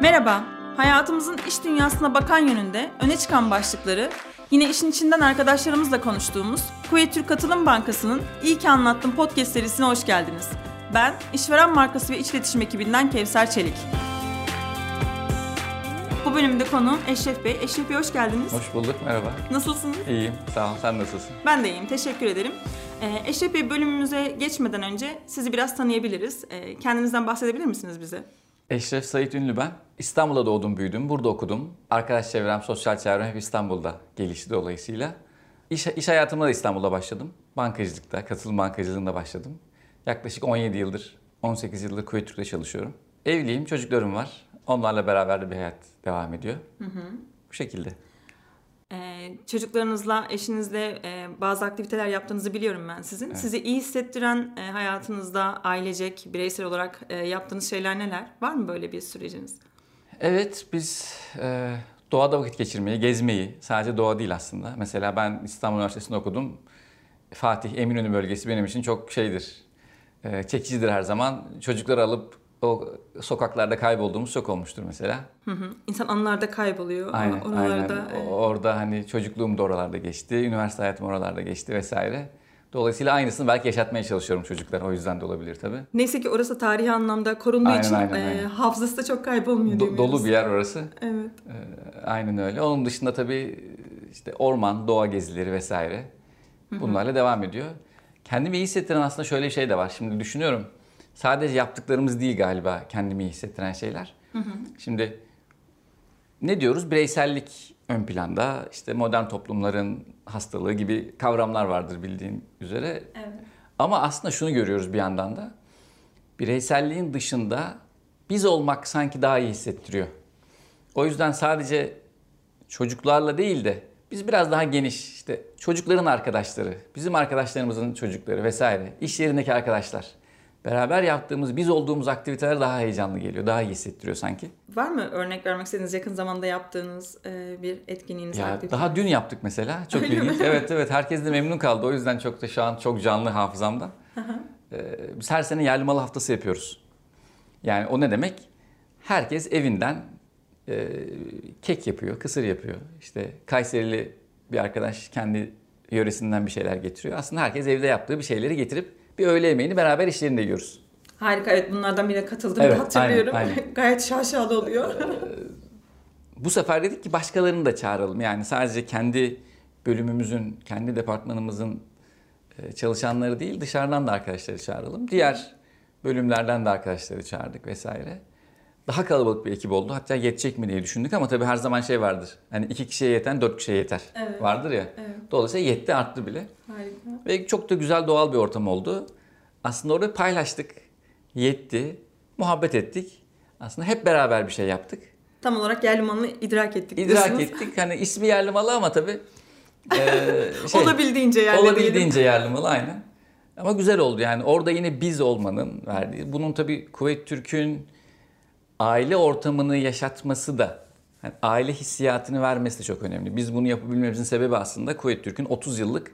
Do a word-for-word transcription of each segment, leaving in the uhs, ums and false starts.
Merhaba, hayatımızın iş dünyasına bakan yönünde öne çıkan başlıkları yine işin içinden arkadaşlarımızla konuştuğumuz Kuveyt Türk Katılım Bankası'nın İyi ki Anlattım podcast serisine hoş geldiniz. Ben, işveren markası ve iç iletişim ekibinden Kevser Çelik. Bu bölümde konuğum Eşref Bey. Eşref Bey hoş geldiniz. Hoş bulduk, merhaba. Nasılsınız? İyiyim, sağ ol. Sen nasılsın? Ben de iyiyim, teşekkür ederim. Eşref Bey, bölümümüze geçmeden önce sizi biraz tanıyabiliriz. Kendinizden bahsedebilir misiniz bize? Eşref Sait Ünlü ben. İstanbul'da doğdum, büyüdüm, burada okudum. Arkadaş çevrem, sosyal çevrem hep İstanbul'da gelişti dolayısıyla. İş, iş hayatımda da İstanbul'da başladım. Bankacılıkta, katılım bankacılığında başladım. Yaklaşık on yedi yıldır, on sekiz yıldır Kuveyt Türk'te çalışıyorum. Evliyim, çocuklarım var. Onlarla beraber de bir hayat devam ediyor. Hı hı. Bu şekilde. Ee, çocuklarınızla, eşinizle e, bazı aktiviteler yaptığınızı biliyorum ben sizin. Evet. Sizi iyi hissettiren e, hayatınızda ailecek, bireysel olarak e, yaptığınız şeyler neler? Var mı böyle bir süreciniz? Evet, biz e, doğada vakit geçirmeyi, gezmeyi, sadece doğa değil aslında. Mesela ben İstanbul Üniversitesi'nde okudum. Fatih, Eminönü bölgesi benim için çok şeydir, e, çekicidir her zaman. Çocukları alıp o sokaklarda kaybolduğumuz çok olmuştur mesela. Hı hı. İnsan anılarda kayboluyor. Aynen, oralarda, aynen. Evet. Orada hani çocukluğum da oralarda geçti, üniversite hayatım oralarda geçti vesaire. Dolayısıyla aynısını belki yaşatmaya çalışıyorum çocuklara. O yüzden de olabilir tabii. Neyse ki orası tarihi anlamda korunduğu aynen, için aynen, aynen. E, hafızası da çok kaybolmuyor. Do- dolu bir yer orası. Evet. E, aynen öyle. Onun dışında tabii işte orman, doğa gezileri vesaire bunlarla hı hı. devam ediyor. Kendimi iyi hissettiren aslında şöyle bir şey de var. Şimdi düşünüyorum. Sadece yaptıklarımız değil galiba kendimi iyi hissettiren şeyler. Hı hı. Şimdi ne diyoruz? Bireysellik ön planda. İşte modern toplumların hastalığı gibi kavramlar vardır bildiğin üzere. Evet. Ama aslında şunu görüyoruz bir yandan da. Bireyselliğin dışında biz olmak sanki daha iyi hissettiriyor. O yüzden sadece çocuklarla değil de biz biraz daha geniş, işte çocukların arkadaşları, bizim arkadaşlarımızın çocukları vesaire, iş yerindeki arkadaşlar. Beraber yaptığımız, biz olduğumuz aktiviteler daha heyecanlı geliyor, daha iyi hissettiriyor sanki. Var mı örnek vermek istediğiniz yakın zamanda yaptığınız e, bir etkinliğiniz? Ya daha dün yaptık mesela, çok öyle ilginç. Mi? Evet evet, herkes de memnun kaldı. O yüzden çok da şu an çok canlı hafızamda. ee, biz her sene yerli malı haftası yapıyoruz. Yani o ne demek? Herkes evinden e, kek yapıyor, kısır yapıyor. İşte Kayserili bir arkadaş kendi yöresinden bir şeyler getiriyor. Aslında herkes evde yaptığı bir şeyleri getirip bir öğle yemeğini beraber iş yerinde yiyoruz. Harika, evet, bunlardan birine katıldım, evet, hatırlıyorum. Aynen, aynen. Gayet şaşalı oluyor. Bu sefer dedik ki başkalarını da çağıralım. Yani sadece kendi bölümümüzün, kendi departmanımızın çalışanları değil, dışarıdan da arkadaşları çağıralım. Diğer bölümlerden de arkadaşları çağırdık vesaire. Daha kalabalık bir ekip oldu. Hatta yetecek mi diye düşündük ama tabii her zaman şey vardır. Hani iki kişiye yeten dört kişiye yeter. Evet. Vardır ya. Evet. Dolayısıyla yetti, arttı bile. Harika. Ve çok da güzel, doğal bir ortam oldu. Aslında orada paylaştık. Yetti. Muhabbet ettik. Aslında hep beraber bir şey yaptık. Tam olarak yerli malını idrak ettik. İdrak diyorsunuz. ettik. Hani ismi yerli malı ama tabii. E, şey, olabildiğince yerli Olabildiğince diyelim. yerli malı aynen. Ama güzel oldu yani. Orada yine biz olmanın verdiği. Bunun tabii Kuveyt Türk'ün aile ortamını yaşatması da, yani aile hissiyatını vermesi de çok önemli. Biz bunu yapabilmemizin sebebi aslında Kuveyt Türk'ün otuz yıllık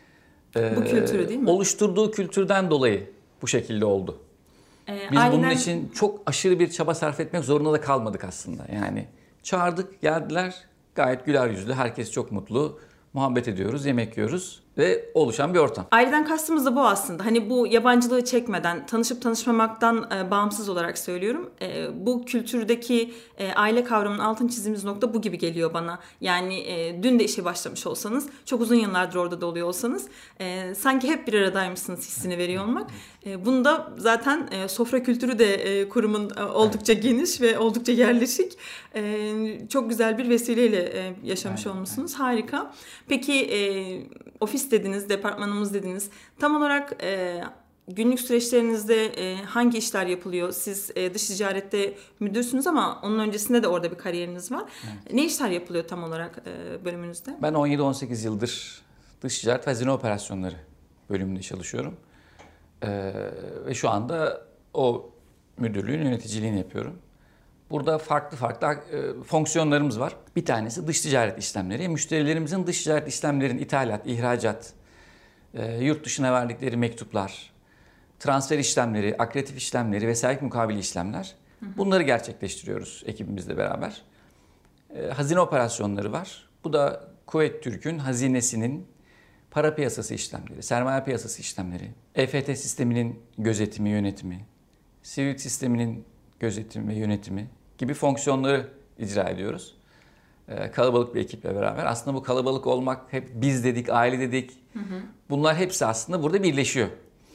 bu kültürü değil mi? oluşturduğu kültürden dolayı bu şekilde oldu. Ee, Biz aileden... bunun için çok aşırı bir çaba sarf etmek zorunda da kalmadık aslında. Yani çağırdık, geldiler, gayet güler yüzlü, herkes çok mutlu. Muhabbet ediyoruz, yemek yiyoruz ve oluşan bir ortam. Aileden kastımız da bu aslında. Hani bu yabancılığı çekmeden, tanışıp tanışmamaktan e, bağımsız olarak söylüyorum. E, bu kültürdeki e, aile kavramının altını çizdiğimiz nokta bu gibi geliyor bana. Yani e, dün de işe başlamış olsanız, çok uzun yıllardır orada da oluyor olsanız, e, sanki hep bir aradaymışsınız hissini veriyor olmak. E, bunu da zaten e, sofra kültürü de e, kurumun e, oldukça geniş ve oldukça yerleşik. E, çok güzel bir vesileyle e, yaşamış aynen, olmuşsunuz. Aynen. Harika. Peki e, ofis dediniz, departmanımız dediniz. Tam olarak e, günlük süreçlerinizde e, hangi işler yapılıyor? Siz e, dış ticarette müdürsünüz ama onun öncesinde de orada bir kariyeriniz var. Evet. Ne işler yapılıyor tam olarak e, bölümünüzde? Ben on yedi on sekiz yıldır dış ticaret ve hazine operasyonları bölümünde çalışıyorum. Ee, ve şu anda o müdürlüğün yöneticiliğini yapıyorum. Burada farklı farklı e, fonksiyonlarımız var. Bir tanesi dış ticaret işlemleri. Müşterilerimizin dış ticaret işlemlerin ithalat, ihracat, e, yurt dışına verdikleri mektuplar, transfer işlemleri, akreditif işlemleri, vesayet mukabili işlemler. Bunları gerçekleştiriyoruz ekibimizle beraber. E, hazine operasyonları var. Bu da Kuveyt Türk'ün hazinesinin para piyasası işlemleri, sermaye piyasası işlemleri, E F T sisteminin gözetimi, yönetimi, sivil sisteminin gözetimi ve yönetimi gibi fonksiyonları icra ediyoruz. Ee, kalabalık bir ekiple beraber. Aslında bu kalabalık olmak, hep biz dedik, aile dedik. Hı hı. Bunlar hepsi aslında burada birleşiyor.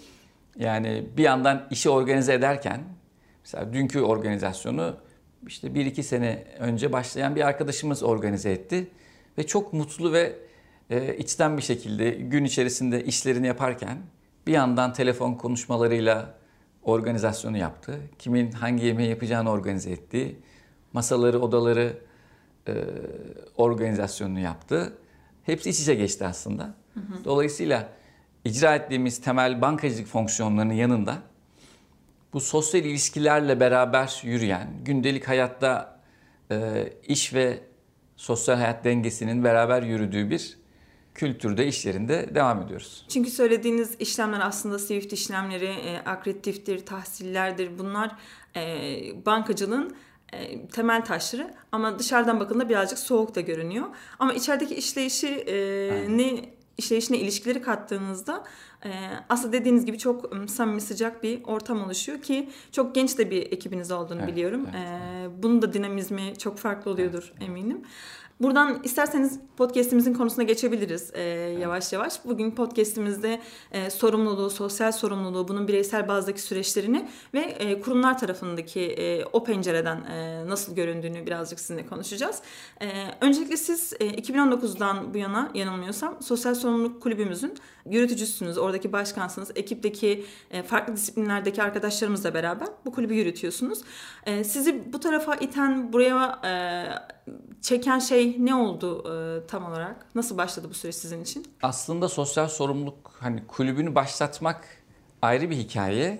Yani bir yandan işi organize ederken, mesela dünkü organizasyonu işte bir iki sene önce başlayan bir arkadaşımız organize etti. Ve çok mutlu ve e, içten bir şekilde gün içerisinde işlerini yaparken bir yandan telefon konuşmalarıyla organizasyonu yaptı. Kimin hangi yemeği yapacağını organize etti. Masaları, odaları e, organizasyonunu yaptı. Hepsi iç içe geçti aslında. Hı hı. Dolayısıyla icra ettiğimiz temel bankacılık fonksiyonlarının yanında bu sosyal ilişkilerle beraber yürüyen, gündelik hayatta e, iş ve sosyal hayat dengesinin beraber yürüdüğü bir kültürde, işlerinde devam ediyoruz. Çünkü söylediğiniz işlemler aslında Swift işlemleri, e, akreditiftir, tahsillerdir. Bunlar e, bankacılığın e, temel taşları ama dışarıdan bakıldığında birazcık soğuk da görünüyor. Ama içerideki işleyişi e, ne işleyişine ilişkileri kattığınızda e, aslında dediğiniz gibi çok samimi, sıcak bir ortam oluşuyor ki çok genç de bir ekibiniz olduğunu evet, biliyorum. Evet, e, evet. Bunun da dinamizmi çok farklı oluyordur evet, eminim. Buradan isterseniz podcast'imizin konusuna geçebiliriz e, yavaş yavaş. Bugün podcast'imizde e, sorumluluğu, sosyal sorumluluğu, bunun bireysel bazdaki süreçlerini ve e, kurumlar tarafındaki e, o pencereden e, nasıl göründüğünü birazcık sizinle konuşacağız. E, öncelikle siz e, iki bin on dokuzdan bu yana yanılmıyorsam Sosyal Sorumluluk Kulübümüzün yürütücüsünüz, oradaki başkansınız. Ekipteki e, farklı disiplinlerdeki arkadaşlarımızla beraber bu kulübü yürütüyorsunuz. E, sizi bu tarafa iten, buraya e, çeken şey ne oldu e, tam olarak? Nasıl başladı bu süreç sizin için? Aslında sosyal sorumluluk hani kulübünü başlatmak ayrı bir hikaye.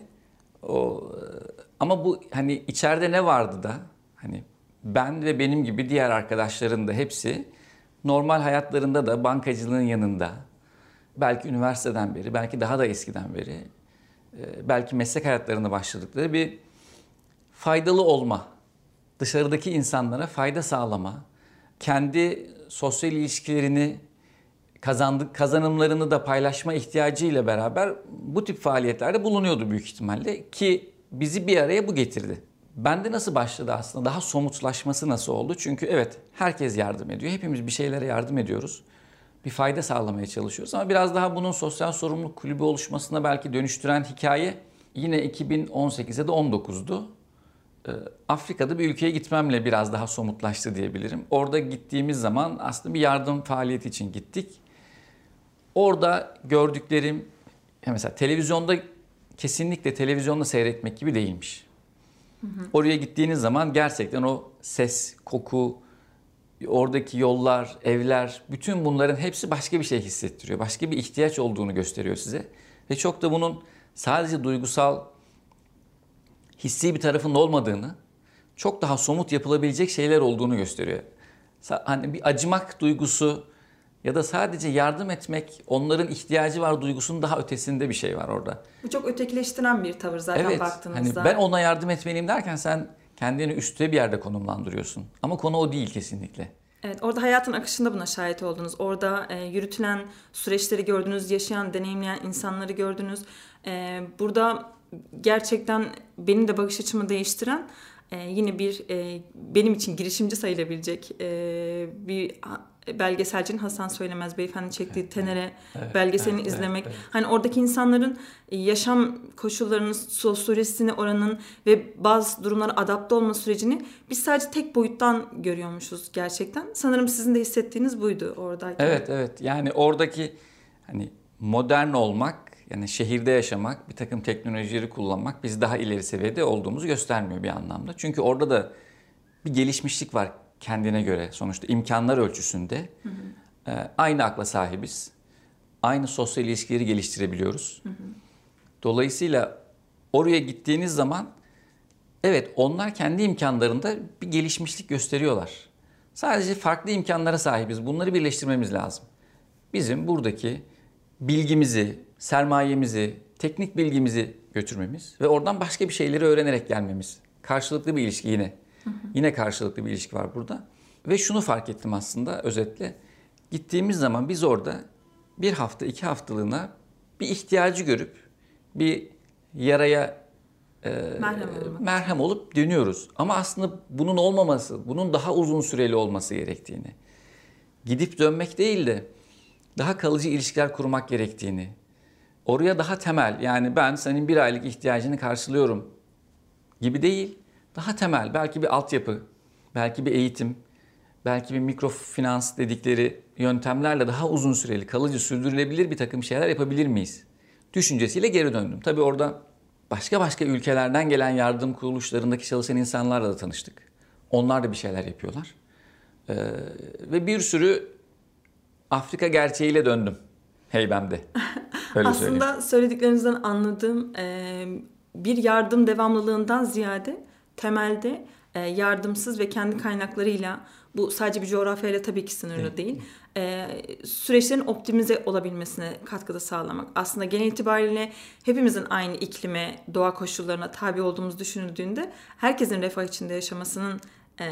O ama bu hani içeride ne vardı da hani ben ve benim gibi diğer arkadaşların da hepsi normal hayatlarında da bankacılığın yanında belki üniversiteden beri, belki daha da eskiden beri, belki meslek hayatlarına başladıkları bir faydalı olma, dışarıdaki insanlara fayda sağlama, kendi sosyal ilişkilerini, kazandık kazanımlarını da paylaşma ihtiyacıyla beraber bu tip faaliyetlerde bulunuyordu büyük ihtimalle ki bizi bir araya bu getirdi. Bende nasıl başladı aslında? Daha somutlaşması nasıl oldu? Çünkü evet, herkes yardım ediyor. Hepimiz bir şeylere yardım ediyoruz. Bir fayda sağlamaya çalışıyoruz ama biraz daha bunun sosyal sorumluluk kulübü oluşmasına belki dönüştüren hikaye yine iki bin on sekizde de on dokuzdu. Afrika'da bir ülkeye gitmemle biraz daha somutlaştı diyebilirim. Orada gittiğimiz zaman aslında bir yardım faaliyeti için gittik. Orada gördüklerim, mesela televizyonda kesinlikle televizyonda seyretmek gibi değilmiş. Hı hı. Oraya gittiğiniz zaman gerçekten o ses, koku, oradaki yollar, evler, bütün bunların hepsi başka bir şey hissettiriyor. Başka bir ihtiyaç olduğunu gösteriyor size. Ve çok da bunun sadece duygusal, hissi bir tarafının olmadığını, çok daha somut yapılabilecek şeyler olduğunu gösteriyor. Hani bir acımak duygusu ya da sadece yardım etmek, onların ihtiyacı var duygusunun daha ötesinde bir şey var orada. Bu çok ötekileştiren bir tavır zaten evet, baktığınızda. Hani ben ona yardım etmeliyim derken sen kendini üstte bir yerde konumlandırıyorsun. Ama konu o değil kesinlikle. Evet, orada hayatın akışında buna şahit oldunuz. Orada e, yürütülen süreçleri gördünüz, yaşayan, deneyimleyen insanları gördünüz. E, burada gerçekten benim de bakış açımı değiştiren e, yine bir e, benim için girişimci sayılabilecek e, bir belgeselcinin Hasan Söylemez beyefendi çektiği evet, Tenere evet, belgeselini evet, izlemek. Evet, evet. Hani oradaki insanların yaşam koşullarının, sosyolojisini, oranın ve bazı durumlara adapte olma sürecini biz sadece tek boyuttan görüyormuşuz gerçekten. Sanırım sizin de hissettiğiniz buydu oradayken. Evet evet, yani oradaki hani modern olmak, yani şehirde yaşamak, bir takım teknolojileri kullanmak bizi daha ileri seviyede olduğumuzu göstermiyor bir anlamda. Çünkü orada da bir gelişmişlik var kendine göre, sonuçta imkanlar ölçüsünde. Hı hı. E, aynı akla sahibiz. Aynı sosyal ilişkileri geliştirebiliyoruz. Hı hı. Dolayısıyla oraya gittiğiniz zaman evet, onlar kendi imkanlarında bir gelişmişlik gösteriyorlar. Sadece farklı imkanlara sahibiz. Bunları birleştirmemiz lazım. Bizim buradaki bilgimizi, sermayemizi, teknik bilgimizi götürmemiz ve oradan başka bir şeyleri öğrenerek gelmemiz Karşılıklı bir ilişki yine. Hı hı. Yine karşılıklı bir ilişki var burada. Ve şunu fark ettim aslında özetle. Gittiğimiz zaman biz orada bir hafta, iki haftalığına bir ihtiyacı görüp bir yaraya e, merhem, merhem olup dönüyoruz. Ama aslında bunun olmaması, bunun daha uzun süreli olması gerektiğini, gidip dönmek değil de daha kalıcı ilişkiler kurmak gerektiğini, oraya daha temel, yani ben senin bir aylık ihtiyacını karşılıyorum gibi değil, daha temel, belki bir altyapı, belki bir eğitim, belki bir mikrofinans dedikleri yöntemlerle daha uzun süreli, kalıcı, sürdürülebilir bir takım şeyler yapabilir miyiz düşüncesiyle geri döndüm. Tabii orada başka başka ülkelerden gelen yardım kuruluşlarındaki çalışan insanlarla da tanıştık. Onlar da bir şeyler yapıyorlar. Ee, ve bir sürü Afrika gerçeğiyle döndüm heybemde. Öyle Aslında söyleyeyim. Söylediklerinizden anladığım e, bir yardım devamlılığından ziyade temelde e, yardımsız ve kendi kaynaklarıyla, bu sadece bir coğrafyayla tabii ki sınırlı evet. değil, e, süreçlerin optimize olabilmesine katkıda sağlamak. Aslında genel itibariyle hepimizin aynı iklime, doğa koşullarına tabi olduğumuz düşünüldüğünde herkesin refah içinde yaşamasının e,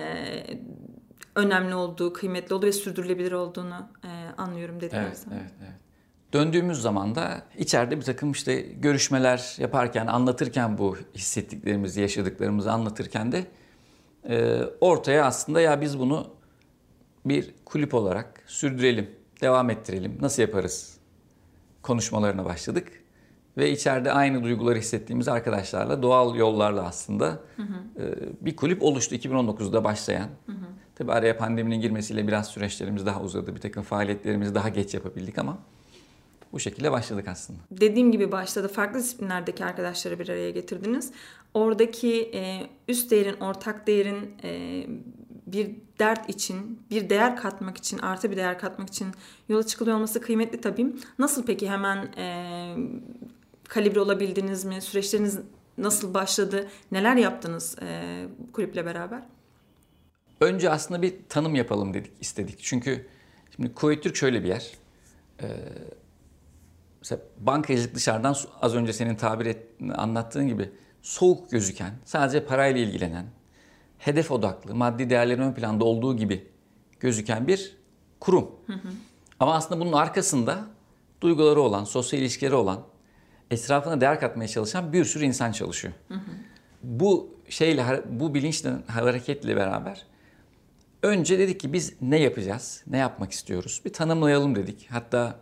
önemli olduğu, kıymetli olduğu ve sürdürülebilir olduğunu e, anlıyorum dediğiniz evet, zaman. Evet, evet. Döndüğümüz zaman da içeride bir takım işte görüşmeler yaparken, anlatırken bu hissettiklerimizi, yaşadıklarımızı anlatırken de e, ortaya aslında ya biz bunu bir kulüp olarak sürdürelim, devam ettirelim, nasıl yaparız konuşmalarına başladık. Ve içeride aynı duyguları hissettiğimiz arkadaşlarla doğal yollarla aslında hı hı. E, bir kulüp oluştu iki bin on dokuzda başlayan. Hı hı. Tabii araya pandeminin girmesiyle biraz süreçlerimiz daha uzadı, bir takım faaliyetlerimizi daha geç yapabildik ama bu şekilde başladık aslında. Dediğim gibi başta da farklı disiplinlerdeki arkadaşları bir araya getirdiniz. Oradaki e, üst değerin, ortak değerin e, bir dert için, bir değer katmak için, artı bir değer katmak için yola çıkılıyor olması kıymetli tabii. Nasıl peki hemen e, kalibre olabildiniz mi? Süreçleriniz nasıl başladı? Neler yaptınız e, kulüple beraber? Önce aslında bir tanım yapalım dedik, istedik. Çünkü şimdi Kuveyt Türk şöyle bir yer. Ee, mesela bankacılık dışarıdan az önce senin tabir et, anlattığın gibi soğuk gözüken, sadece parayla ilgilenen, hedef odaklı, maddi değerlerin ön planda olduğu gibi gözüken bir kurum. Hı hı. Ama aslında bunun arkasında duyguları olan, sosyal ilişkileri olan, etrafına değer katmaya çalışan bir sürü insan çalışıyor. Hı hı. Bu şeyle, bu bilinçle, hareketle beraber önce dedik ki biz ne yapacağız, ne yapmak istiyoruz? Bir tanımlayalım dedik. Hatta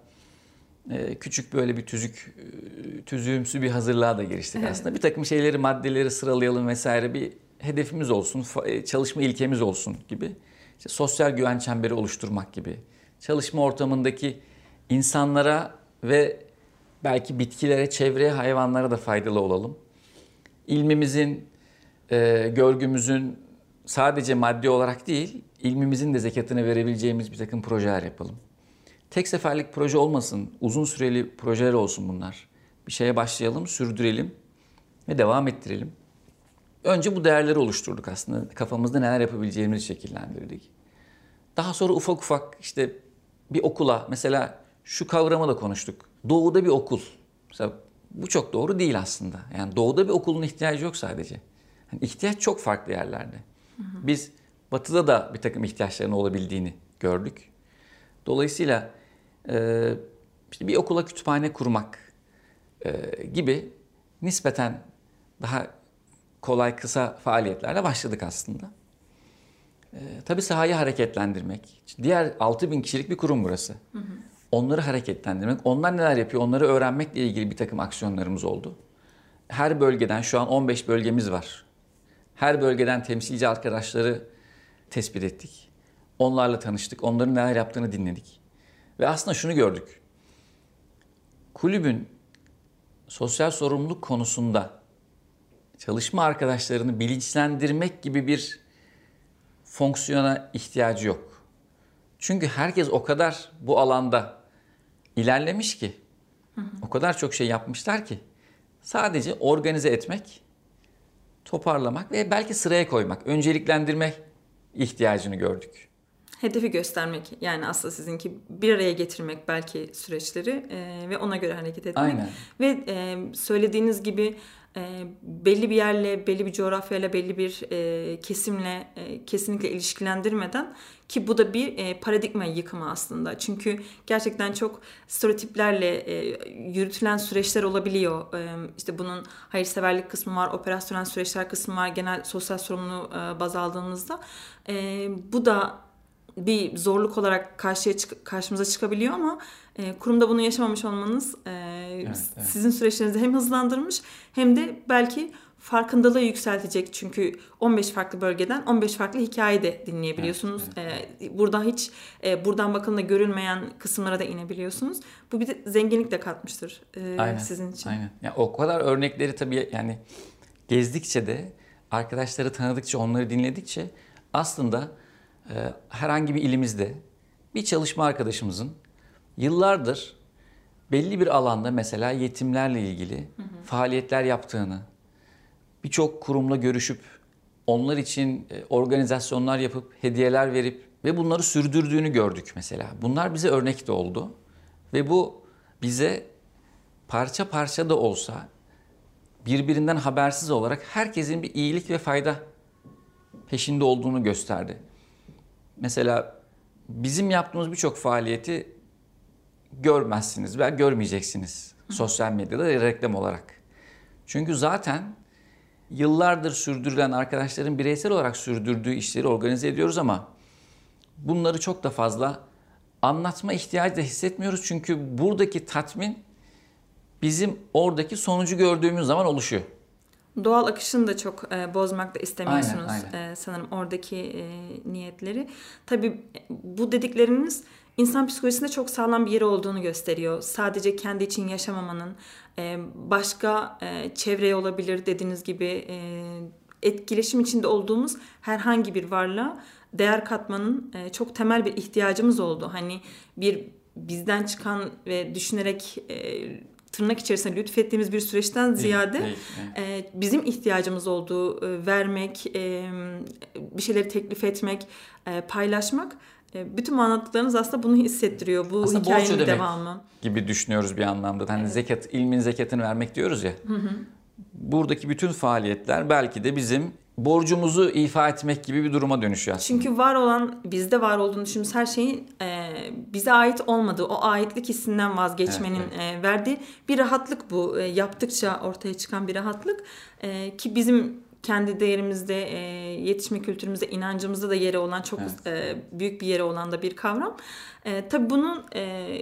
e, küçük böyle bir tüzük, tüzüğümsü bir hazırlığa da giriştik evet. aslında. Bir takım şeyleri, maddeleri sıralayalım vesaire, bir hedefimiz olsun, çalışma ilkemiz olsun gibi. İşte sosyal güven çemberi oluşturmak gibi. Çalışma ortamındaki insanlara ve belki bitkilere, çevreye, hayvanlara da faydalı olalım. İlmimizin, e, görgümüzün sadece maddi olarak değil, ilmimizin de zekatını verebileceğimiz bir takım projeler yapalım. Tek seferlik proje olmasın, uzun süreli projeler olsun bunlar. Bir şeye başlayalım, sürdürelim ve devam ettirelim. Önce bu değerleri oluşturduk aslında. Kafamızda neler yapabileceğimizi şekillendirdik. Daha sonra ufak ufak işte bir okula, mesela şu kavramı da konuştuk. Doğuda bir okul. Mesela bu çok doğru değil aslında. Yani doğuda bir okulun ihtiyacı yok sadece. Yani ihtiyaç çok farklı yerlerde. Hı hı. Biz batıda da bir takım ihtiyaçların olabildiğini gördük. Dolayısıyla e, işte bir okula kütüphane kurmak e, gibi nispeten daha kolay, kısa faaliyetlerle başladık aslında. E, tabii sahayı hareketlendirmek. Diğer altı bin kişilik bir kurum burası. Hı hı. Onları hareketlendirmek, onlar neler yapıyor, onları öğrenmekle ilgili bir takım aksiyonlarımız oldu. Her bölgeden, şu an on beş bölgemiz var. Her bölgeden temsilci arkadaşları tespit ettik. Onlarla tanıştık, onların neler yaptığını dinledik. Ve aslında şunu gördük. Kulübün sosyal sorumluluk konusunda çalışma arkadaşlarını bilinçlendirmek gibi bir fonksiyona ihtiyacı yok. Çünkü herkes o kadar bu alanda ilerlemiş ki, hı hı. o kadar çok şey yapmışlar ki sadece organize etmek, toparlamak ve belki sıraya koymak, önceliklendirmek ihtiyacını gördük. Hedefi göstermek, yani aslında sizinki bir araya getirmek belki süreçleri e, ve ona göre hareket etmek. Aynen. Ve e, söylediğiniz gibi e, belli bir yerle, belli bir coğrafyayla, belli bir e, kesimle e, kesinlikle ilişkilendirmeden, ki bu da bir e, paradigma yıkımı aslında. Çünkü gerçekten çok stereotiplerle e, yürütülen süreçler olabiliyor. E, işte bunun hayırseverlik kısmı var, operasyonel süreçler kısmı var, genel sosyal sorumluluğu e, baz aldığımızda. E, bu da bir zorluk olarak karşıya çık- karşımıza çıkabiliyor ama e, kurumda bunu yaşamamış olmanız e, Evet, evet. sizin süreçlerinizi hem hızlandırmış hem de belki farkındalığı yükseltecek. Çünkü on beş farklı bölgeden on beş farklı hikaye de dinleyebiliyorsunuz. Evet, evet. E, burada hiç e, buradan bakıldığında görülmeyen kısımlara da inebiliyorsunuz. Bu bir de zenginlik de katmıştır e, Aynen, sizin için. aynen. Ya o kadar örnekleri tabii, yani gezdikçe de, arkadaşları tanıdıkça, onları dinledikçe aslında e, herhangi bir ilimizde bir çalışma arkadaşımızın yıllardır belli bir alanda mesela yetimlerle ilgili hı hı. faaliyetler yaptığını, birçok kurumla görüşüp onlar için e, organizasyonlar yapıp hediyeler verip ve bunları sürdürdüğünü gördük mesela. Bunlar bize örnek de oldu ve bu bize parça parça da olsa birbirinden habersiz olarak herkesin bir iyilik ve fayda peşinde olduğunu gösterdi. Mesela bizim yaptığımız birçok faaliyeti görmezsiniz veya görmeyeceksiniz sosyal medyada reklam olarak. Çünkü zaten yıllardır sürdürülen arkadaşların bireysel olarak sürdürdüğü işleri organize ediyoruz ama bunları çok da fazla anlatma ihtiyacı da hissetmiyoruz. Çünkü buradaki tatmin bizim oradaki sonucu gördüğümüz zaman oluşuyor. Doğal akışını da çok e, bozmak da istemiyorsunuz. Aynen, aynen. E, sanırım oradaki e, niyetleri. Tabii bu dedikleriniz insan psikolojisinde çok sağlam bir yeri olduğunu gösteriyor. Sadece kendi için yaşamamanın, e, başka e, çevreye olabilir dediğiniz gibi e, etkileşim içinde olduğumuz herhangi bir varlığa değer katmanın e, çok temel bir ihtiyacımız oldu. Hani bir bizden çıkan ve düşünerek e, tırnak içerisinde lütfettiğimiz bir süreçten ziyade değil, değil. E, bizim ihtiyacımız olduğu e, vermek, e, bir şeyleri teklif etmek, e, paylaşmak. E, bütün anlattıklarınız aslında bunu hissettiriyor. Bu aslında hikayenin devamı gibi düşünüyoruz bir anlamda. Hani evet. zekat, ilmin zekatını vermek diyoruz ya. Hı hı. Buradaki bütün faaliyetler belki de bizim borcumuzu ifa etmek gibi bir duruma dönüşüyor aslında. Çünkü var olan, bizde var olduğunu düşündüğümüz her şeyin e, bize ait olmadığı, o aitlik hissinden vazgeçmenin evet, evet. E, verdiği bir rahatlık bu. E, yaptıkça ortaya çıkan bir rahatlık e, ki bizim kendi değerimizde, e, yetişme kültürümüzde, inancımızda da yeri olan, çok evet. e, büyük bir yeri olan da bir kavram. E, tabii bunun e,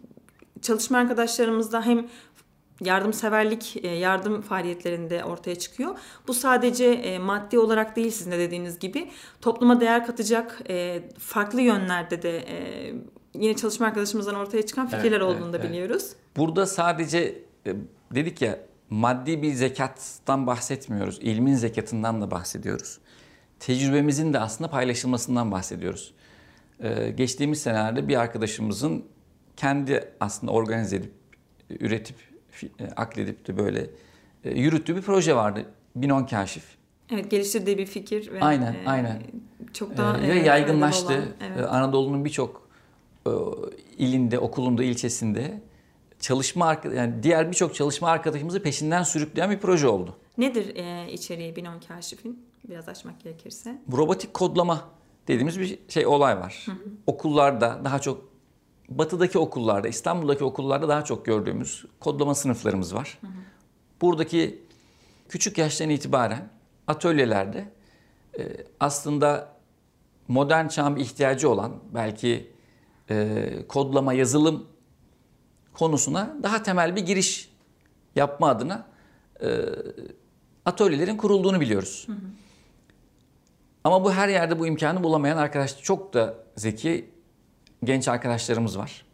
çalışma arkadaşlarımızda hem yardımseverlik, yardım faaliyetlerinde ortaya çıkıyor. Bu sadece maddi olarak değil, sizin de dediğiniz gibi topluma değer katacak farklı yönlerde de yine çalışma arkadaşımızdan ortaya çıkan fikirler evet, olduğunu evet, da biliyoruz. Evet. Burada sadece dedik ya, maddi bir zekattan bahsetmiyoruz. İlmin zekatından da bahsediyoruz. Tecrübemizin de aslında paylaşılmasından bahsediyoruz. Geçtiğimiz senelerde bir arkadaşımızın kendi aslında organize edip, üretip, akledip de böyle e, yürüttüğü bir proje vardı. Binon Kaşif. Evet, geliştirdiği bir fikir ve aynen, e, aynen. çok daha e, ve yaygınlaştı. Olan, evet. Anadolu'nun birçok e, ilinde, okulunda, ilçesinde çalışma yani diğer birçok çalışma arkadaşımızı peşinden sürükleyen bir proje oldu. Nedir e, içeriği Binon Kaşif'in? Biraz açmak gerekirse. Robotik kodlama dediğimiz bir şey olay var. Hı hı. Okullarda daha çok, batıdaki okullarda, İstanbul'daki okullarda daha çok gördüğümüz kodlama sınıflarımız var. Hı hı. Buradaki küçük yaştan itibaren atölyelerde e, aslında modern çağın bir ihtiyacı olan belki e, kodlama, yazılım konusuna daha temel bir giriş yapma adına e, atölyelerin kurulduğunu biliyoruz. Hı hı. Ama bu her yerde bu imkanı bulamayan arkadaş, çok da zeki genç arkadaşlarımız var.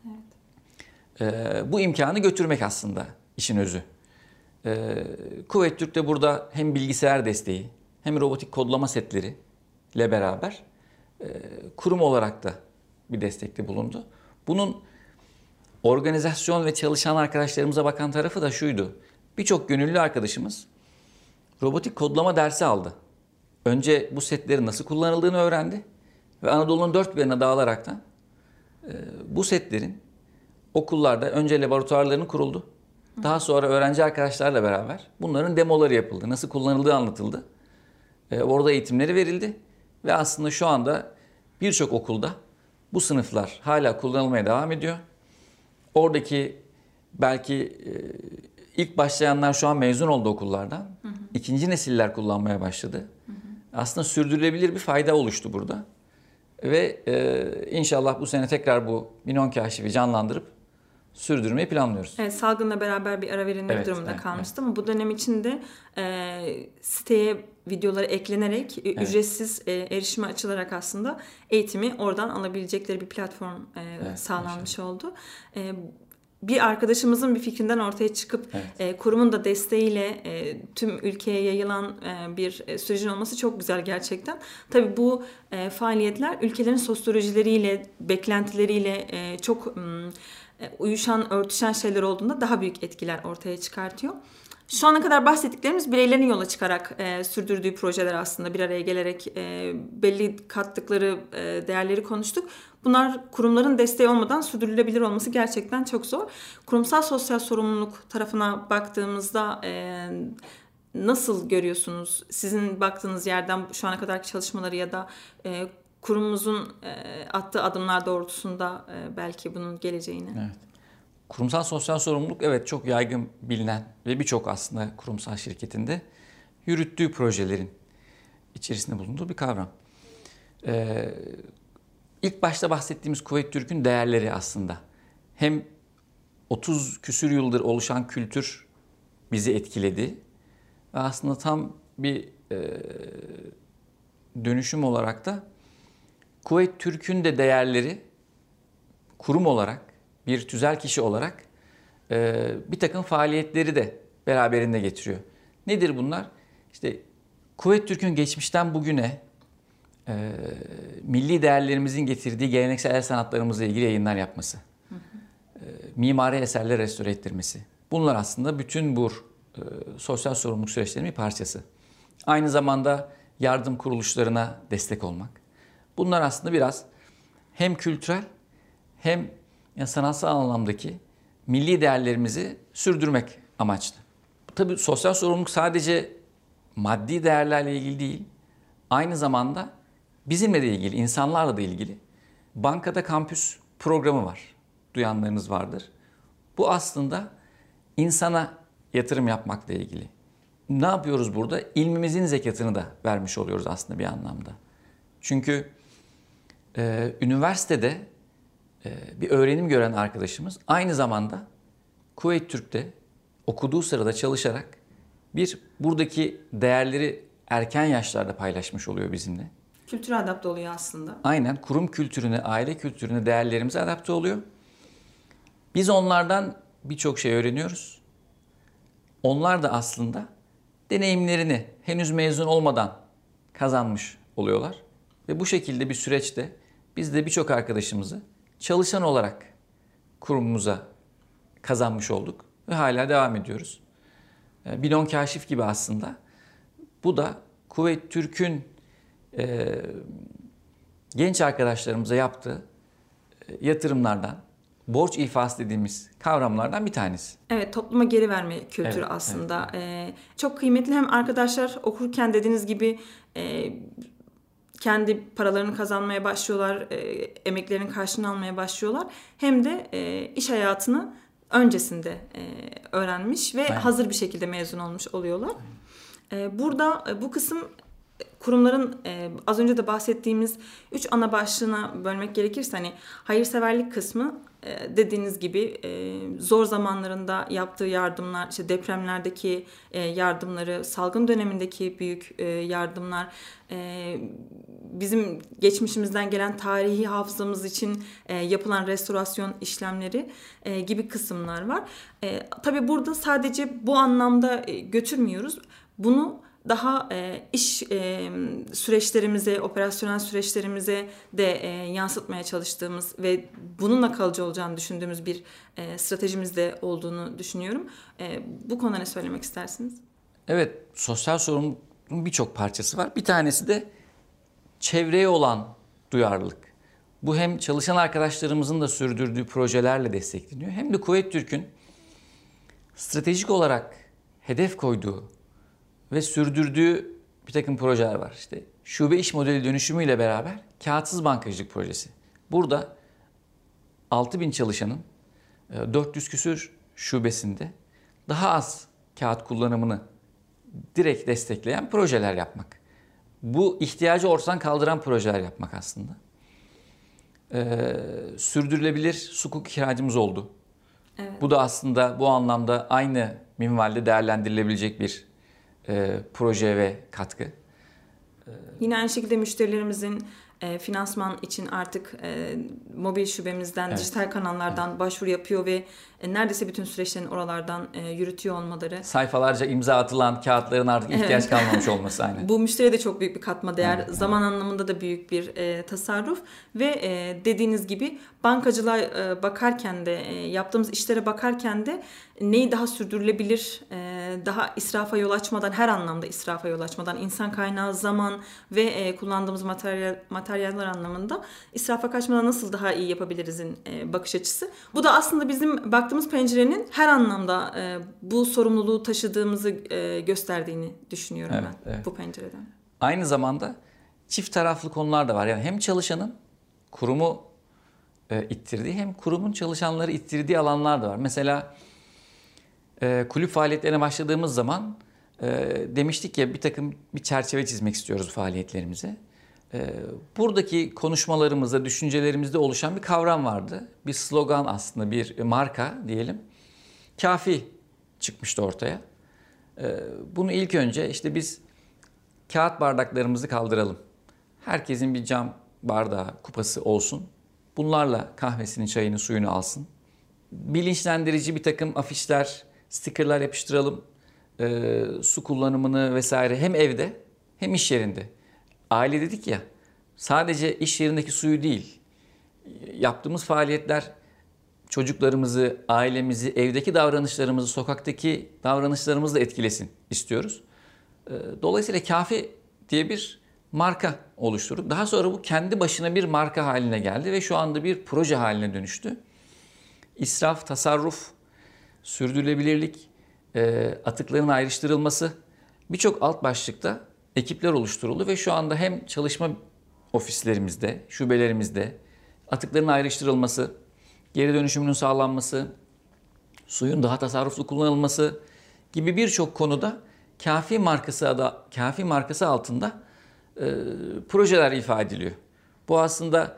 Evet. Ee, bu imkanı götürmek aslında işin özü. Ee, Kuveyt Türk'te burada hem bilgisayar desteği hem robotik kodlama setleri ile beraber e, kurum olarak da bir destekte bulundu. Bunun organizasyon ve çalışan arkadaşlarımıza bakan tarafı da şuydu. Birçok gönüllü arkadaşımız robotik kodlama dersi aldı. Önce bu setlerin nasıl kullanıldığını öğrendi ve Anadolu'nun dört bir yanına dağılarak da bu setlerin okullarda önce laboratuvarlarının kuruldu. Daha sonra öğrenci arkadaşlarla beraber bunların demoları yapıldı. Nasıl kullanıldığı anlatıldı. Ee, orada eğitimleri verildi. Ve aslında şu anda birçok okulda bu sınıflar hala kullanılmaya devam ediyor. Oradaki belki e, ilk başlayanlar şu an mezun oldu okullardan. Hı hı. İkinci nesiller kullanmaya başladı. Hı hı. Aslında sürdürülebilir bir fayda oluştu burada. Ve e, inşallah bu sene tekrar bu Minon Kaşif'i canlandırıp sürdürmeyi planlıyoruz. Evet, salgınla beraber bir ara verilmek evet, durumunda evet, kalmıştı evet. Ama bu dönem içinde e, siteye videoları eklenerek evet. ücretsiz e, erişime açılarak aslında eğitimi oradan alabilecekleri bir platform e, evet, sağlanmış inşallah. oldu. E, bir arkadaşımızın bir fikrinden ortaya çıkıp evet. e, kurumun da desteğiyle e, tüm ülkeye yayılan e, bir e, sürecin olması çok güzel gerçekten. Tabii bu e, faaliyetler ülkelerin sosyolojileriyle, beklentileriyle e, çok m, uyuşan, örtüşen şeyler olduğunda daha büyük etkiler ortaya çıkartıyor. Şu ana kadar bahsettiklerimiz bireylerin yola çıkarak e, sürdürdüğü projeler aslında bir araya gelerek e, belli kattıkları e, değerleri konuştuk. Bunlar kurumların desteği olmadan sürdürülebilir olması gerçekten çok zor. Kurumsal sosyal sorumluluk tarafına baktığımızda e, nasıl görüyorsunuz? Sizin baktığınız yerden şu ana kadarki çalışmaları ya da e, kurumumuzun e, attığı adımlar doğrultusunda e, belki bunun geleceğini. Evet. Kurumsal sosyal sorumluluk evet çok yaygın bilinen ve birçok aslında kurumsal şirketinde yürüttüğü projelerin içerisinde bulunduğu bir kavram. Ee, ilk başta bahsettiğimiz Kuveyt Türk'ün değerleri aslında hem otuz küsür yıldır oluşan kültür bizi etkiledi ve aslında tam bir e, dönüşüm olarak da Kuveyt Türk'ün de değerleri kurum olarak, bir tüzel kişi olarak e, bir takım faaliyetleri de beraberinde getiriyor. Nedir bunlar? İşte Kuveyt Türk'ün geçmişten bugüne e, milli değerlerimizin getirdiği geleneksel el sanatlarımızla ilgili yayınlar yapması. Hı hı. E, mimari eserler restore ettirmesi. Bunlar aslında bütün bu e, sosyal sorumluluk süreçlerinin bir parçası. Aynı zamanda yardım kuruluşlarına destek olmak. Bunlar aslında biraz hem kültürel hem yani sanatsal anlamdaki milli değerlerimizi sürdürmek amaçlı. Tabii sosyal sorumluluk sadece maddi değerlerle ilgili değil, aynı zamanda bizimle de ilgili, insanlarla da ilgili. Bankada kampüs programı var. Duyanlarınız vardır. Bu aslında insana yatırım yapmakla ilgili. Ne yapıyoruz burada? İlmimizin zekatını da vermiş oluyoruz aslında bir anlamda. Çünkü e, üniversitede e, bir öğrenim gören arkadaşımız aynı zamanda Kuveyt Türk'te okuduğu sırada çalışarak bir buradaki değerleri erken yaşlarda paylaşmış oluyor bizimle. Kültüre adapte oluyor aslında. Aynen, kurum kültürüne, aile kültürüne, değerlerimize adapte oluyor. Biz onlardan birçok şey öğreniyoruz. Onlar da aslında deneyimlerini henüz mezun olmadan kazanmış oluyorlar. Ve bu şekilde bir süreçte biz de birçok arkadaşımızı çalışan olarak kurumumuza kazanmış olduk. Ve hala devam ediyoruz. Minon Kaşif gibi aslında. Bu da Kuveyt Türk'ün e, genç arkadaşlarımıza yaptığı e, yatırımlardan, borç ifası dediğimiz kavramlardan bir tanesi. Evet, topluma geri verme kültürü evet, aslında. Evet. Ee, çok kıymetli, hem arkadaşlar okurken dediğiniz gibi e, kendi paralarını kazanmaya başlıyorlar, e, emeklerinin karşılığını almaya başlıyorlar. Hem de e, iş hayatını öncesinde e, öğrenmiş ve Aynen. hazır bir şekilde mezun olmuş oluyorlar. E, burada e, bu kısım kurumların e, az önce de bahsettiğimiz üç ana başlığına bölmek gerekirse, hani hayırseverlik kısmı e, dediğiniz gibi e, zor zamanlarında yaptığı yardımlar, işte depremlerdeki e, yardımları, salgın dönemindeki büyük e, yardımlar, e, bizim geçmişimizden gelen tarihi hafızamız için e, yapılan restorasyon işlemleri e, gibi kısımlar var. E, tabii burada sadece bu anlamda e, götürmüyoruz. Bunu daha e, iş e, süreçlerimize, operasyonel süreçlerimize de e, yansıtmaya çalıştığımız ve bununla kalıcı olacağını düşündüğümüz bir e, stratejimiz de olduğunu düşünüyorum. E, bu konuda ne söylemek istersiniz? Evet, sosyal sorumluluğun birçok parçası var. Bir tanesi de çevreye olan duyarlılık. Bu hem çalışan arkadaşlarımızın da sürdürdüğü projelerle destekleniyor, hem de Kuveyt Türk'ün stratejik olarak hedef koyduğu ve sürdürdüğü bir takım projeler var. İşte şube iş modeli dönüşümüyle beraber kağıtsız bankacılık projesi. Burada altı bin çalışanın dört yüz küsür şubesinde daha az kağıt kullanımını direkt destekleyen projeler yapmak. Bu ihtiyacı ortadan kaldıran projeler yapmak aslında. Ee, sürdürülebilir sukuk ihracımız oldu. Evet. Bu da aslında bu anlamda aynı minvalde değerlendirilebilecek bir e, proje ve katkı. Ee, Yine aynı şekilde müşterilerimizin e, finansman için artık e, mobil şubemizden, evet. dijital kanallardan evet. başvuru yapıyor ve e, neredeyse bütün süreçlerini oralardan e, yürütüyor olmaları. Sayfalarca imza atılan kağıtların artık ihtiyaç evet. kalmamış olması aynı. Bu müşteriye de çok büyük bir katma değer. Evet, Zaman evet. anlamında da büyük bir e, tasarruf ve e, dediğiniz gibi bankacılığa e, bakarken de e, yaptığımız işlere bakarken de neyi daha sürdürülebilir, e, daha israfa yol açmadan, her anlamda israfa yol açmadan, insan kaynağı, zaman ve e, kullandığımız materyal, materyaller anlamında israfa kaçmadan nasıl daha iyi yapabilirizin e, bakış açısı. Bu da aslında bizim baktığımız pencerenin her anlamda e, bu sorumluluğu taşıdığımızı e, gösterdiğini düşünüyorum evet, ben evet. bu pencereden. Aynı zamanda çift taraflı konular da var. Yani hem çalışanın kurumu e, ittirdiği hem kurumun çalışanları ittirdiği alanlar da var. Mesela e, kulüp faaliyetlerine başladığımız zaman e, demiştik ya bir takım bir çerçeve çizmek istiyoruz faaliyetlerimize. E, buradaki konuşmalarımızda, düşüncelerimizde oluşan bir kavram vardı. Bir slogan aslında, bir marka diyelim. Kafi çıkmıştı ortaya. E, bunu ilk önce işte biz kağıt bardaklarımızı kaldıralım. Herkesin bir cam bardağı, kupası olsun. Bunlarla kahvesini, çayını, suyunu alsın. Bilinçlendirici bir takım afişler, stikerler yapıştıralım. E, su kullanımını vesaire hem evde hem iş yerinde. Aile dedik ya, sadece iş yerindeki suyu değil, yaptığımız faaliyetler çocuklarımızı, ailemizi, evdeki davranışlarımızı, sokaktaki davranışlarımızı da etkilesin istiyoruz. E, dolayısıyla Kafi diye bir marka oluşturduk. Daha sonra bu kendi başına bir marka haline geldi ve şu anda bir proje haline dönüştü. İsraf, tasarruf, sürdürülebilirlik, e, atıkların ayrıştırılması, birçok alt başlıkta ekipler oluşturuldu ve şu anda hem çalışma ofislerimizde, şubelerimizde atıkların ayrıştırılması, geri dönüşümünün sağlanması, suyun daha tasarruflu kullanılması gibi birçok konuda Kafi markası adı, Kafi markası altında e, projeler ifade ediliyor. Bu aslında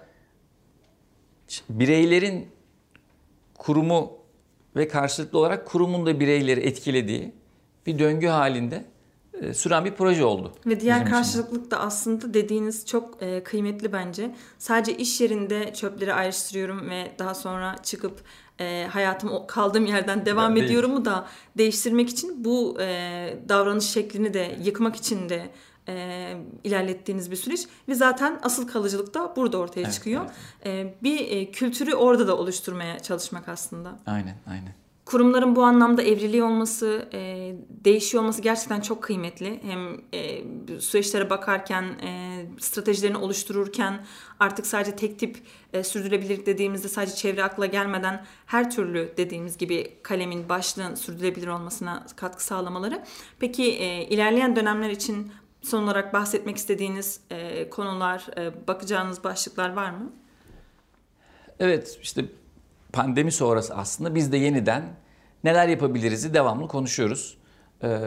bireylerin kurumu ve karşılıklı olarak kurumun da bireyleri etkilediği bir döngü halinde e, süren bir proje oldu. Ve diğer karşılıklık da aslında dediğiniz çok e, kıymetli bence. Sadece iş yerinde çöpleri ayrıştırıyorum ve daha sonra çıkıp e, hayatım kaldığım yerden devam ben ediyorumu değil. da değiştirmek için bu e, davranış şeklini de yıkmak için de e, ilerlettiğiniz bir süreç ve zaten asıl kalıcılık da burada ortaya evet, çıkıyor. Evet. E, bir e, kültürü orada da oluşturmaya çalışmak aslında. Aynen, aynen. Kurumların bu anlamda evriliği olması, e, değişiyor olması gerçekten çok kıymetli. Hem e, süreçlere bakarken, e, stratejilerini oluştururken artık sadece tek tip e, sürdürülebilirlik dediğimizde sadece çevre akla gelmeden her türlü dediğimiz gibi kalemin, başlığın sürdürülebilir olmasına katkı sağlamaları. Peki e, ilerleyen dönemler için son olarak bahsetmek istediğiniz e, konular, e, bakacağınız başlıklar var mı? Evet, işte pandemi sonrası aslında biz de yeniden neler yapabiliriz'i devamlı konuşuyoruz. Ee,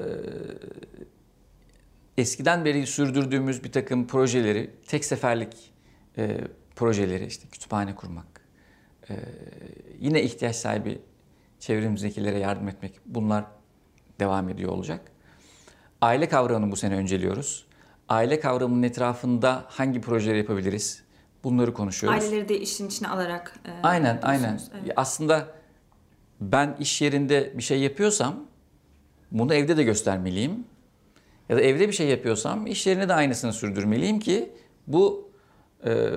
eskiden beri sürdürdüğümüz bir takım projeleri, tek seferlik e, projeleri, işte kütüphane kurmak, e, yine ihtiyaç sahibi çevremizdekilere yardım etmek, bunlar devam ediyor olacak. Aile kavramını bu sene önceliyoruz. Aile kavramının etrafında hangi projeleri yapabiliriz? Bunları konuşuyoruz. Aileleri de işin içine alarak. E, aynen, aynen. Evet. Aslında ben iş yerinde bir şey yapıyorsam bunu evde de göstermeliyim. Ya da evde bir şey yapıyorsam iş yerine de aynısını sürdürmeliyim ki bu e,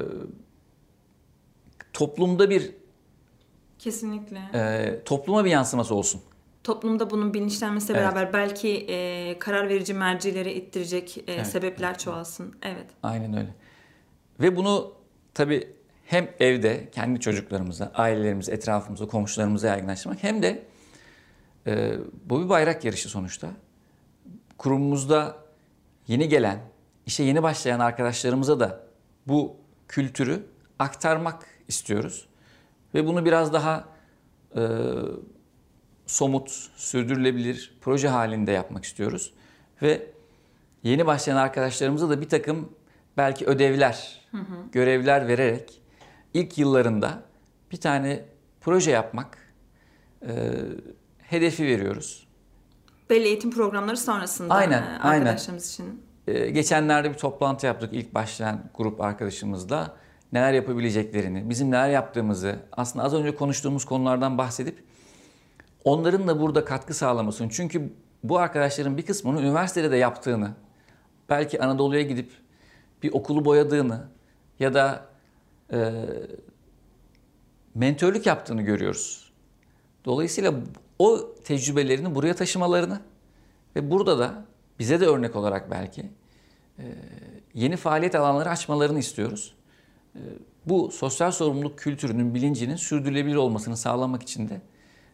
toplumda bir kesinlikle e, topluma bir yansıması olsun. Toplumda bunun bilinçlenmesiyle evet. beraber belki e, karar verici mercilere ittirecek e, evet. sebepler çoğalsın. Evet. Aynen öyle. Ve bunu tabii hem evde kendi çocuklarımıza, ailelerimize, etrafımıza, komşularımıza yaygınlaştırmak hem de e, bu bir bayrak yarışı sonuçta. Kurumumuzda yeni gelen, işe yeni başlayan arkadaşlarımıza da bu kültürü aktarmak istiyoruz. Ve bunu biraz daha e, somut, sürdürülebilir proje halinde yapmak istiyoruz. Ve yeni başlayan arkadaşlarımıza da bir takım belki ödevler, hı hı. görevler vererek ilk yıllarında bir tane proje yapmak e, hedefi veriyoruz. Belli eğitim programları sonrasında aynen, arkadaşlarımız aynen. için. Ee, geçenlerde bir toplantı yaptık ilk başlayan grup arkadaşımızla. Neler yapabileceklerini, bizim neler yaptığımızı, aslında az önce konuştuğumuz konulardan bahsedip onların da burada katkı sağlamasını. Çünkü bu arkadaşların bir kısmının üniversitede de yaptığını, belki Anadolu'ya gidip bir okulu boyadığını ya da e, mentörlük yaptığını görüyoruz. Dolayısıyla o tecrübelerini buraya taşımalarını ve burada da bize de örnek olarak belki yeni faaliyet alanları açmalarını istiyoruz. Bu sosyal sorumluluk kültürünün, bilincinin sürdürülebilir olmasını sağlamak için de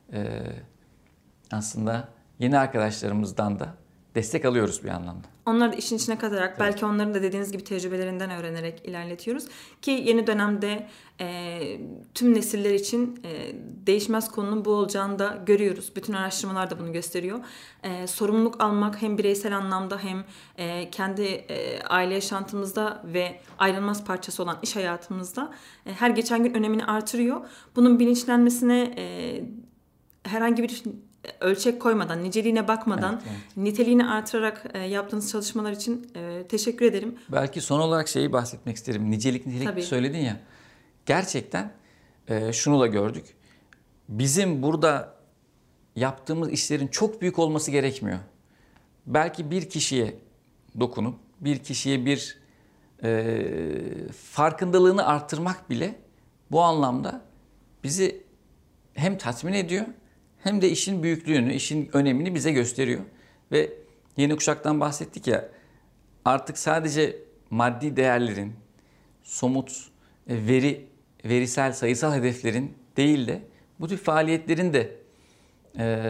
aslında yeni arkadaşlarımızdan da destek alıyoruz bir anlamda. Onları da işin içine katarak, evet. belki onların da dediğiniz gibi tecrübelerinden öğrenerek ilerletiyoruz. Ki yeni dönemde e, tüm nesiller için e, değişmez konunun bu olacağını da görüyoruz. Bütün araştırmalar da bunu gösteriyor. E, sorumluluk almak hem bireysel anlamda hem e, kendi e, aile yaşantımızda ve ayrılmaz parçası olan iş hayatımızda e, her geçen gün önemini artırıyor. Bunun bilinçlenmesine e, herhangi bir ölçek koymadan, niceliğine bakmadan, evet, evet. niteliğini artırarak e, yaptığınız çalışmalar için e, teşekkür ederim. Belki son olarak şeyi bahsetmek isterim. Nicelik, nitelik Tabii. söyledin ya. Gerçekten e, şunu da gördük. Bizim burada yaptığımız işlerin çok büyük olması gerekmiyor. Belki bir kişiye dokunup, bir kişiye bir e, farkındalığını arttırmak bile bu anlamda bizi hem tatmin ediyor, hem de işin büyüklüğünü, işin önemini bize gösteriyor. Ve yeni kuşaktan bahsettik ya, artık sadece maddi değerlerin, somut, veri, verisel, sayısal hedeflerin değil de bu tür faaliyetlerin de e,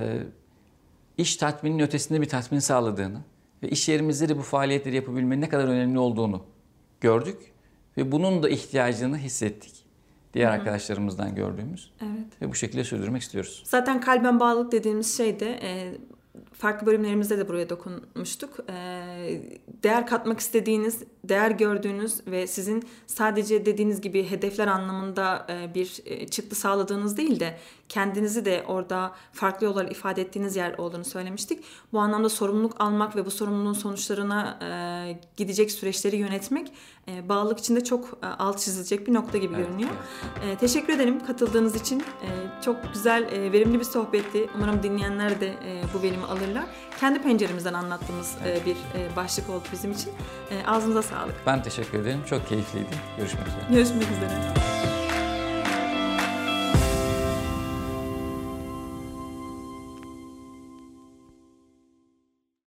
iş tatmininin ötesinde bir tatmin sağladığını ve iş yerimizde de bu faaliyetleri yapabilmenin ne kadar önemli olduğunu gördük. Ve bunun da ihtiyacını hissettik. Diğer Hı-hı. arkadaşlarımızdan gördüğümüz. Evet. Ve bu şekilde sürdürmek istiyoruz. Zaten kalben bağlılık dediğimiz şey de e, farklı bölümlerimizde de buraya dokunmuştuk. E, değer katmak istediğiniz, değer gördüğünüz ve sizin sadece dediğiniz gibi hedefler anlamında e, bir e, çıktı sağladığınız değil de kendinizi de orada farklı yollarla ifade ettiğiniz yer olduğunu söylemiştik. Bu anlamda sorumluluk almak ve bu sorumluluğun sonuçlarına e, gidecek süreçleri yönetmek e, bağlılık içinde çok e, alt çizilecek bir nokta gibi evet, görünüyor. Evet. E, teşekkür ederim katıldığınız için. E, çok güzel, e, verimli bir sohbetti. Umarım dinleyenler de e, bu verimi alırlar. Kendi penceremizden anlattığımız evet. e, bir e, başlık oldu bizim için. E, ağzınıza sağlık. Ben teşekkür ederim. Çok keyifliydi. Görüşmek üzere. Görüşmek üzere.